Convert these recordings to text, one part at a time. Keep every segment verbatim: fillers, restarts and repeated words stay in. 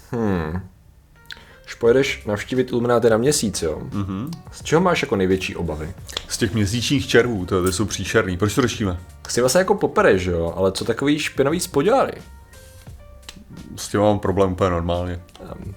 Hmm. Když pojedeš navštívit ilumináty na měsíc, jo? Mm-hmm. Z čeho máš jako největší obavy? Z těch měsíčních červů, to ty jsou příšerný. Proč to řešíme? S tím vlastně jako popereš, jo? Ale co takový špinavý spodňáry? S tím mám problém úplně normálně. Um.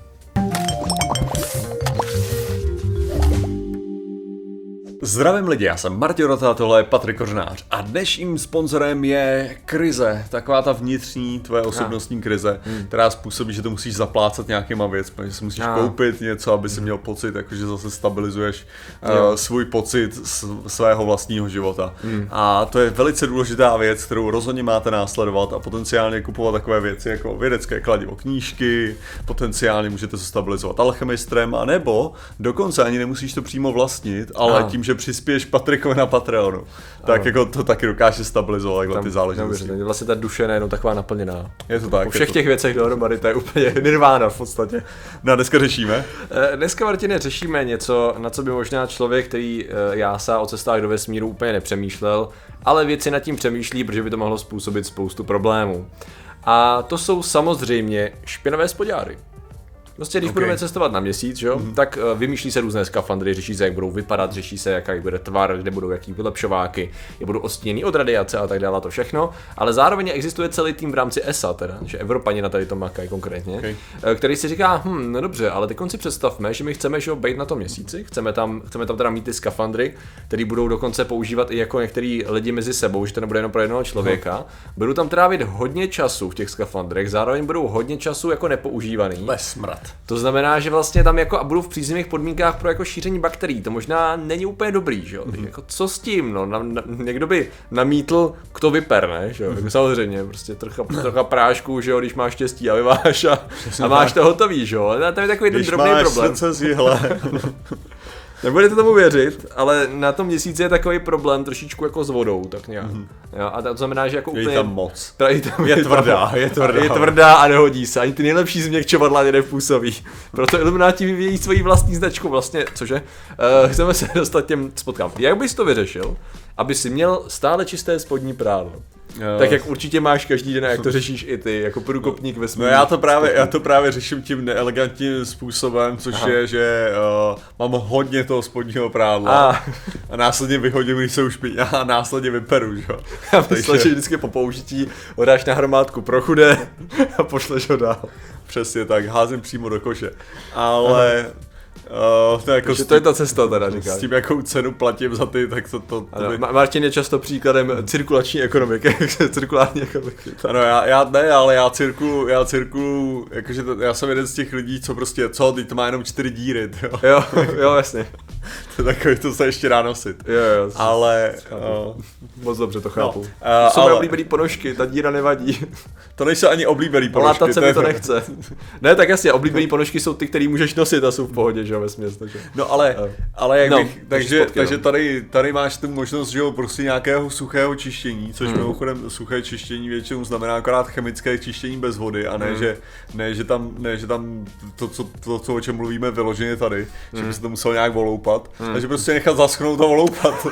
Zdravím lidi, já jsem Martin Rota, tohle je Patrik Kořenář a dnešním sponzorem je krize, taková ta vnitřní tvoje osobnostní ah. krize, hmm. která způsobí, že to musíš zaplácat nějakýma věcmi, že si musíš ah. koupit něco, aby si hmm. měl pocit, jakože zase stabilizuješ uh, svůj pocit svého vlastního života. Hmm. A to je velice důležitá věc, kterou rozhodně máte následovat a potenciálně kupovat takové věci jako vědecké kladivo, knížky, potenciálně můžete se stabilizovat alchemistrem, anebo dokonce ani nemusíš to přímo vlastnit, ale ah. tím, že přispěješ Patrikovi na Patreonu, tak ano. jako to taky dokáže stabilizovat takhle ty záležitosti. Tam, vlastně ta duše nejenom taková naplněná. Je to tak. Po všech těch věcech dohromady, to je úplně nirvána v podstatě. No a dneska řešíme? Dneska, Martine, řešíme něco, na co by možná člověk, který jásá o cestách do vesmíru, úplně nepřemýšlel, ale věci nad tím přemýšlí, protože by to mohlo způsobit spoustu problémů. A to jsou samozřejmě špinavé spodňáry. Prostě když okay. budeme cestovat na měsíc, jo, mm-hmm. tak uh, vymýšlí se různé skafandry, řeší se, jak budou vypadat, řeší se, jaký bude tvar, kde budou jaký vylepšováky, je budou ostíněný od radiace a tak dále, to všechno. Ale zároveň existuje celý tým v rámci E S A, teda, že Evropani na tady to makají konkrétně, okay. uh, který si říká, hm, no dobře, ale teď si představme, že my chceme, že být na tom měsíci, chceme tam, chceme tam teda mít ty skafandry, které budou dokonce používat i jako některý lidi mezi sebou, že to nebude jenom pro jednoho člověka. Uh-huh. Budou tam trávit hodně času v těch skafandrech, zároveň budou hodně času jako nepoužívaný. Smrad. To znamená, že vlastně tam jako a budou v příznivých podmínkách pro jako šíření bakterií. To možná není úplně dobrý, že jo? Mm-hmm. Jako co s tím, no? Na, na, někdo by namítl, kdo vyper, ne? Že jo? Mm-hmm. Jako samozřejmě, prostě trocha, trocha prášku, že jo, když máš štěstí a vyváš a, a máš to hotový, že jo? A to je takový ten drobný problém. Když máš srdce z jihle. Nebudete tomu věřit, ale na tom měsíci je takový problém trošičku jako s vodou, tak nějak. Mm-hmm. Jo, a to znamená, že jako je úplně... Je tam moc. Je, tam, je, je tvrdá, je tvrdá. Je tvrdá a nehodí se, ani ty nejlepší změkčovadla nepůsobí. Proto Illuminati vyvíjí svoji vlastní značku vlastně, cože? Uh, chceme se dostat těm spotkám. Jak bys to vyřešil, aby si měl stále čisté spodní prádlo? Jo. Tak jak určitě máš každý den, jak to řešíš i ty, jako průkopník ve smíru. No já to právě, já to právě řeším tím neelegantním způsobem, což Aha. je, že uh, mám hodně toho spodního prádla a, a následně vyhodím, když se už pí, a následně vyperu, že jo. Já myslím, že vždycky po použití ho dáš na hromádku pro chudé a pošleš ho dál. Přesně tak, házím přímo do koše, ale... Aha. Uh, to, jako tím, to je ta cesta teda, říkáš. S tím, jakou cenu platím za ty, tak to... to, to ano, by... Martin je často příkladem cirkulační ekonomiky, cirkulární ekonomiky. Ano, já, já ne, ale já cirkulu, já cirkulu, jakože to, já jsem jeden z těch lidí, co prostě, co, teď to má jenom čtyři díry, jo. Jo, jo, jasně. To je takový, to se ještě dá nosit. Jo, jo. Ale... Uh, moc dobře to chápu. No, uh, to jsou ale... oblíbený ponožky, ta díra nevadí. To nejsou ani oblíbený ponožky. Látat se mi to nechce. Ne, tak jasně, oblíbený ponožky jsou ty, který můžeš nosit a jsou v pohodě, že jo, vesměs. Takže... No ale, ale jak no, bych, takže, spotky, takže no. tady, tady máš tu možnost, že jo, prostě nějakého suchého čištění, což hmm. mimochodem suché čištění většinou znamená akorát chemické čištění bez vody a ne, hmm. že, ne, že tam, ne, že tam to, co, to, co, o čem mluvíme vyloženě tady, hmm. že by se to muselo nějak voloupat, hmm. takže prostě nechat zaschnout a voloupat.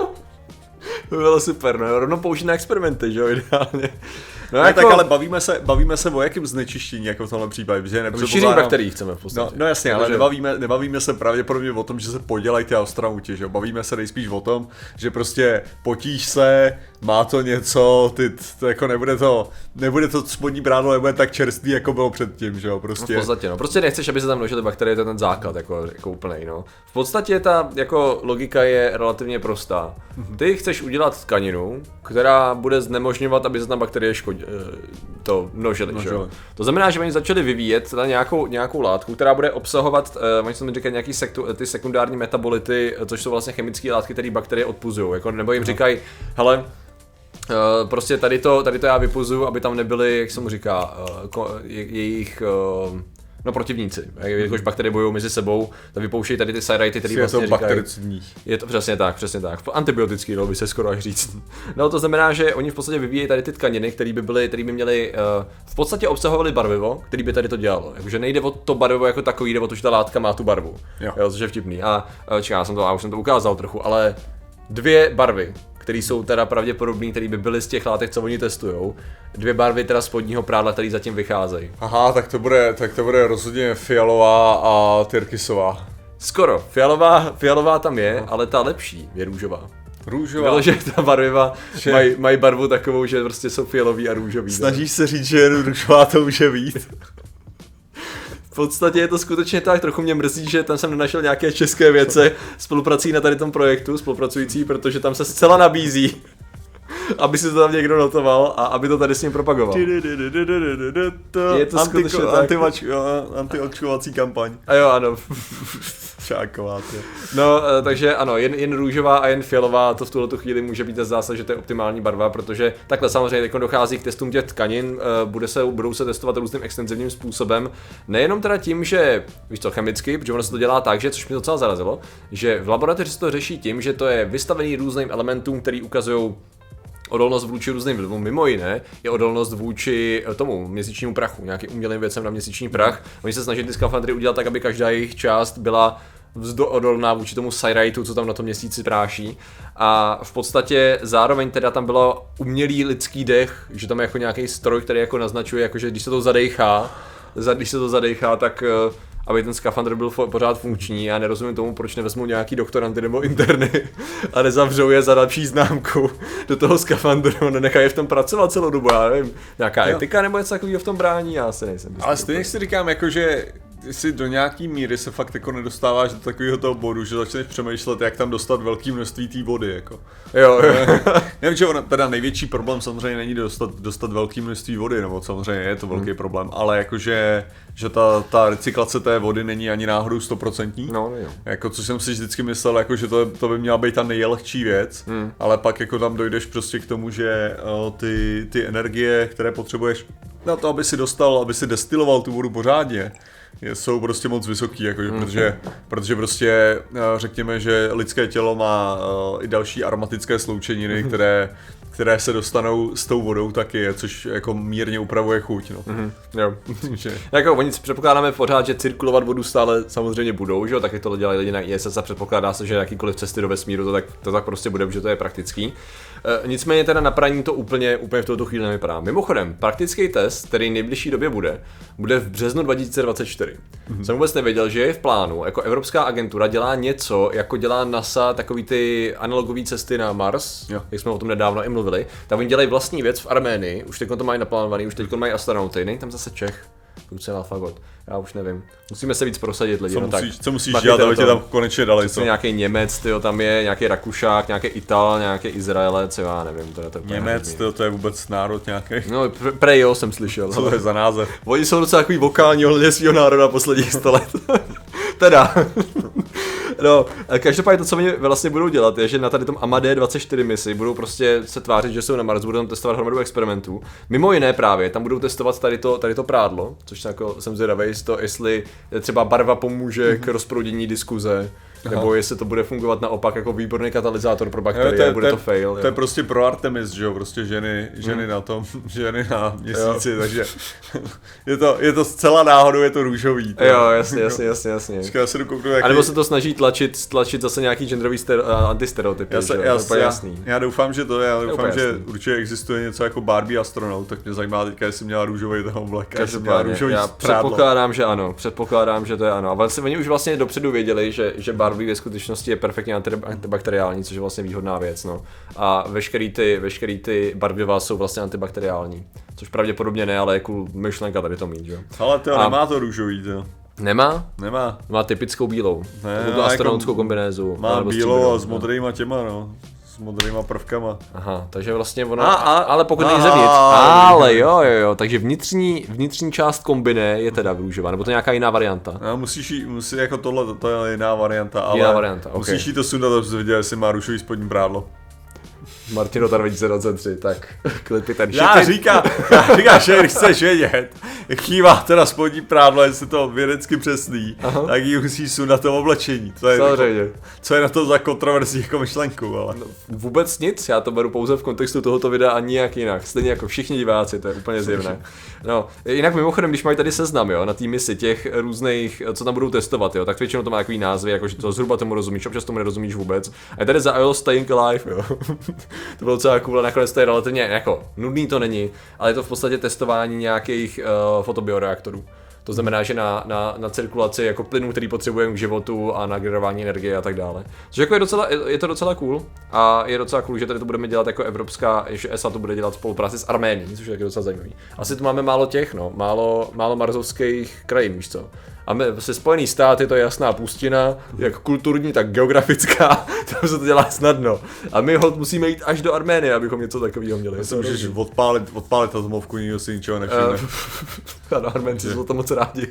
To bylo super, no, rovno použít na experimenty, že jo, ideálně. No, no jako... tak ale bavíme se, bavíme se o jakém znečištění, jako v tomhle případě, že šíření bakterií chceme v podstatě. No, no jasně, ale že... nebavíme, nebavíme se pravděpodobně o tom, že se podělají ty astronauti, že bavíme se nejspíš o tom, že prostě potíš se, má to něco, ty, to jako nebude to, nebude to spodní prádlo, nebude tak čerstvý, jako bylo předtím, že jo, prostě. No v podstatě, no, prostě nechceš, aby se tam množily bakterie, to je ten základ, jako, jako úplnej, no. V podstatě ta, jako logika je relativně prostá. Ty chceš udělat tkaninu, která bude znemožňovat, aby se tam bakterie škodily. To množili, že jo. To znamená, že oni začali vyvíjet teda nějakou, nějakou látku, která bude obsahovat, uh, oni se mi říkají nějaký sektu, ty sekundární metabolity, což jsou vlastně chemické látky, které bakterie odpuzují, jako, nebo jim říkají, hele, uh, prostě tady to, tady to já vypuzuju, aby tam nebyly, jak se mu říká, uh, ko, je, jejich... Uh, No protivníci, jakož bakterie bojují mezi sebou, tak vypouštějí tady ty sajrajty, které vlastně říkají. Je to přesně tak, přesně tak. Antibiotický, dalo by se skoro až říct. No to znamená, že oni v podstatě vyvíjejí tady ty tkaniny, které by byly, které by měly uh, v podstatě obsahovaly barvivo, který by tady to dělalo. Jakože nejde o to barvivo jako takový, jde o to, že ta látka má tu barvu. Jo. Jo, což je vtipný. A čeká, já jsem to, já už jsem to ukázal trochu, ale dvě barvy, který jsou teda pravděpodobný, který by byly z těch látek, co oni testujou. Dvě barvy teda spodního prádla, které zatím vycházejí. Aha, tak to bude, tak to bude rozhodně fialová a tyrkysová. Skoro, fialová, fialová tam je, no. Ale ta lepší je růžová. Růžová. Bylo, že ta barviva že... mají maj barvu takovou, že prostě jsou fialový a růžový. Snažíš se říct, že jen růžová to může být. V podstatě je to skutečně tak, trochu mě mrzí, že tam jsem nenašel nějaké české vědce spolupracují na tady tom projektu, spolupracující, protože tam se zcela nabízí, aby si to tam někdo notoval a aby to tady s ním propagoval. Je to skutečně tak. Antiočkovací kampaň. A jo, ano. Šáková, tě. No, takže ano, jen, jen růžová a jen fialová, to v tuhletu chvíli může být zase, že to je optimální barva, protože takhle samozřejmě teď dochází k testům těch tkanin, bude se, budou se testovat různým extenzivním způsobem, nejenom teda tím, že, víš co, chemicky, protože ono se to dělá tak, že, což mě docela zarazilo, že v laboratoři se to řeší tím, že to je vystavený různým elementům, který ukazují odolnost vůči různým vlivům, mimo jiné je odolnost vůči tomu měsíčnímu prachu, nějakým umělým věcem na měsíční prach. Oni se snaží ty skafandry udělat tak, aby každá jejich část byla odolná vůči tomu Cyrite, co tam na tom měsíci práší. A v podstatě zároveň teda tam bylo umělý lidský dech, že tam je jako nějaký stroj, který jako naznačuje, jako že když se to zadejchá, když se to zadejchá, tak aby ten skafandr byl pořád funkční. Já nerozumím tomu, proč nevezmou nějaký doktoranty nebo interny a nezavřou je za lepší známku do toho skafandru, nenechají v tom pracovat celou dobu, já nevím, nějaká jo. etika nebo něco takového v tom brání, já si nejsem. Ale stejně si říkám, jako že si do nějaký míry se fakt jako nedostáváš do takového toho bodu, že začneš přemýšlet, jak tam dostat velké množství té vody, jako. Jo, jo. Nevím, že teda největší problém samozřejmě není dostat, dostat velké množství vody, nebo samozřejmě je to velký hmm. problém, ale jakože že ta, ta recyklace té vody není ani náhodou stoprocentní. No, jo. Jako, co jsem si vždycky myslel, jako, že to, to by měla být ta nejlehčí věc, hmm. ale pak jako tam dojdeš prostě k tomu, že o, ty, ty energie, které potřebuješ na to, aby si dostal, aby si destiloval tu vodu pořádně, jsou prostě moc vysoký, jako, mm. protože, protože prostě řekněme, že lidské tělo má uh, i další aromatické sloučeniny, mm. které, které se dostanou s tou vodou taky, což jako mírně upravuje chuť. No. Mm. Jo. Jako oni předpokládáme pořád, že cirkulovat vodu stále samozřejmě budou, že jo, taky to dělají lidi na I S S a předpokládá se, že jakýkoliv cesty do vesmíru to tak, to tak prostě bude, že to je praktický. E, nicméně teda na praní to úplně, úplně v tuto chvíli nevypadá. Mimochodem, praktický test, který v nejbližší době bude, bude v březnu dva tisíce dvacet čtyři. Mm-hmm. Jsem vůbec nevěděl, že je v plánu, jako Evropská agentura dělá něco, jako dělá NASA, takový ty analogové cesty na Mars, jo. Jak jsme o tom nedávno i mluvili, tak oni dělají vlastní věc v Arménii, už teď to mají naplánovaný, už teď mají astronauty, není tam zase Čech. Kruce Alfagot. Já už nevím. Musíme se víc prosadit lidi. Co no, musíš, tak, co musíš dělat, aby tě tam konečně dali, co? Nějaký Němec, tyjo, tam je, nějaký Rakušák, nějaký Ital, nějaký Izraelec, já nevím. To je to Němec, tyjo, to je vůbec národ nějaký. No, prej jo, jsem slyšel. Co to je za název? Oni jsou docela takový vokální ohledně svýho národa posledních sto let. Teda. No, každopádně to, co oni vlastně budou dělat, je, že na tady tom Amadé dvacet čtyři misi budou prostě se tvářit, že jsou na Mars, budou tam testovat hromadu experimentů. Mimo jiné právě, tam budou testovat tady to, tady to prádlo, což jako jsem zvědavý, to, jestli třeba barva pomůže mm-hmm. k rozproudění diskuze. Aha. Nebo jestli to bude fungovat naopak jako výborný katalyzátor pro bakterie, jo, to bude to, to fail. To jo. Je prostě pro Artemis, že jo, prostě ženy, ženy hmm. na tom, ženy na měsíci, jo. Takže je to, je to zcela náhodou, je to růžový. To. Jo, jasně, jasně, jasně, jasně. Já se dokouknu, jaký... A nebo se to snaží tlačit, tlačit zase nějaký genderový stero, antistereotypy, já, se, že? já, To je já, jasný. Já doufám, že to je, já doufám, že jasný. určitě existuje něco jako Barbie astronaut, tak mě zajímá teďka, jestli měla růžový ten oblek, jestli měla růžový já předpokládám, že ano, předpokládám, že to je ano. A vlastně oni už vlastně dopředu věděli, že, že Barbie ve skutečnosti je perfektně antibakteriální, což je vlastně výhodná věc, no. A veškerý ty, veškerý ty barviva jsou vlastně antibakteriální, což pravděpodobně ne, ale je cool myšlenka tady to mít, jo. Ale to nemá to růžový, to. Nemá? Nemá. Má typickou bílou. Ne, tu astronautskou jako kombinézu. Má bílou a s modrýma těma, no. S modrýma prvkama. Aha, takže vlastně ona, a, a, ale pokud není zevnitř, ale jo, jo, jo, takže vnitřní, vnitřní část kombiné je teda růžová, nebo to nějaká jiná varianta? No, musíš jí, musí, jako tohle, to je jiná varianta, ale jiná varianta, okay. Musíš jí to sundat, aby jsi viděl, jestli má růžový spodní prádlo. Martin Rotar dva tisíce dvacet tři, tak klipy tady. Já říkám, já říkám, že když chceš vědět, jak jí má teda spodní prádlo, jestli to vědecky přesný, aha. Tak jí musíš sundat to oblečení. To je samozřejmě. Jako, co je na to za kontroverzní jako myšlenku, ale. No, vůbec nic, já to beru pouze v kontextu tohoto videa a nijak jinak. Stejně jako všichni diváci, to je úplně zjevné. No, jinak mimochodem, když mají tady seznam, jo, na té misi těch různých, co tam budou testovat, jo, tak většinou to má takový názvy, jako že to zhruba tomu rozumíš, občas tomu nerozumíš vůbec. A je tady za I O Staying Alive, jo. To bylo docela cool, nakonec to je relativně jako nudný to není, ale je to v podstatě testování nějakých uh, fotobioreaktorů. To znamená, že na, na, na cirkulaci jako plynů, který potřebujeme k životu a na generování energie a tak dále. Což jako je, docela, je to docela cool a je docela cool, že tady to budeme dělat jako evropská, že E S A to bude dělat v spolupráci s Arménií, což je taky docela zajímavý. Asi tu máme málo těch, no, málo, málo marzovských krajin, víš co. A my, se Spojený státy to je jasná pustina, jak kulturní, tak geografická, to se to dělá snadno. A my ho musíme jít až do Arménie, abychom něco takového měli. Myslím, že můžeš odpálit, odpálit atomovku, nikdo si ničeho nevšimne. Uh, ano, Arménci jsou to moc rádi.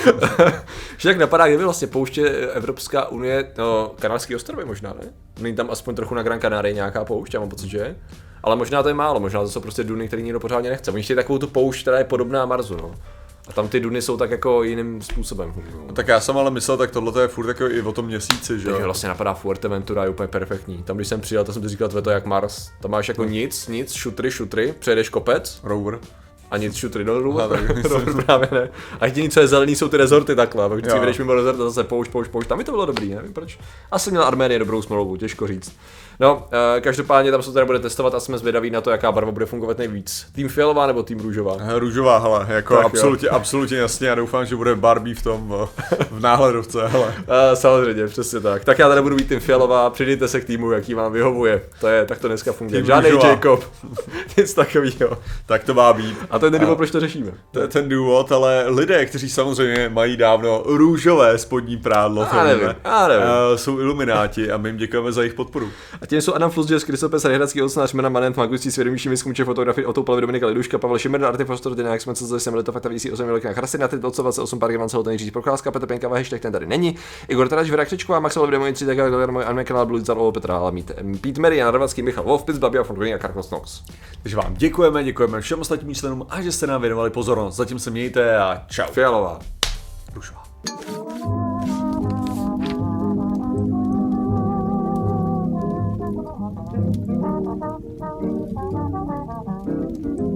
Však napadá, kdyby vlastně pouště Evropská unie, no, Kanárský ostrovy možná, ne? Není tam aspoň trochu na Gran Canaria nějaká poušť, já mám pocit, že je. Ale možná to je málo, možná to jsou prostě duny, které nikdo pořádně nechce. Oni chtějí takovou tu poušť, která je podobná Marsu, no. A tam ty duny jsou tak jako jiným způsobem. No, tak já jsem ale myslel, tak tohle je furt jako i o tom měsíci, že jo? Takže vlastně napadá Fuerteventura, je úplně perfektní. Tam když jsem přijel, to jsem si říkal, to je jak Mars. Tam máš jako nic, nic, šutry, šutry, přejedeš kopec. Rover. A nic šutry do rover, právě ne. A jediný, co je zelený, jsou ty rezorty takhle. Pak vždycky vyjdeš mimo rezort a zase poušť, poušť, poušť. Tam by to bylo dobrý, nevím proč. Asi měla Arménie dobrou smlouvu, těžko říct. No, e, každopádně tam se teda bude testovat a jsme zvědaví na to, jaká barva bude fungovat nejvíc. Tým fialová nebo tým růžová? Růžová, hele, jako tak absolutně, absolutně jasně, já doufám, že bude Barbie v tom, v náhledovce, hele. E, samozřejmě, přesně tak. Tak já tady budu být tým fialová, přidejte se k týmu, jaký vám vyhovuje. To je, tak to dneska funguje. Tým žádnej růžová. Jacob, nic takového. Tak to má být. A to je ten důvod, proč to řešíme. To je ten důvod, ale lidé, kteří samozřejmě mají dávno růžové spodní prádlo, já nevím, já nevím. Uh, jsou ilumináti a my jim děkujeme za jejich podporu. A tím jsou Adam Flusděs, Kristopes, Rehradský Ocnář, Jmena Manent, Magující svědomíší výzkumče fotografii, Otouplavi, Dominika Liduška, Pavel Šimrda, Artifostor, Dynak, Smece, Zoj, Semlito, Fakta, Vísí, osm, Velká Chrasty, na třicet osm, Park, Van Celotný, Říct, Procházka, Petr Penka, hashtag ten tady není, Igor Tarač, Vera Křečková, Maxwell, Demo, tři, tak můj anime kanál, Blue Zar, Petra, Lamít, Pete Mary, Jan Ravacký, Michal Wolf, Pitz, Babia, Fondoviní a Karkos Nox. Takže vám děkujeme, děkujeme všem ostatním členům a že jste nám věnovali pozornost. Zatím se mějte a čau. Fialová. Růžová. Thank you.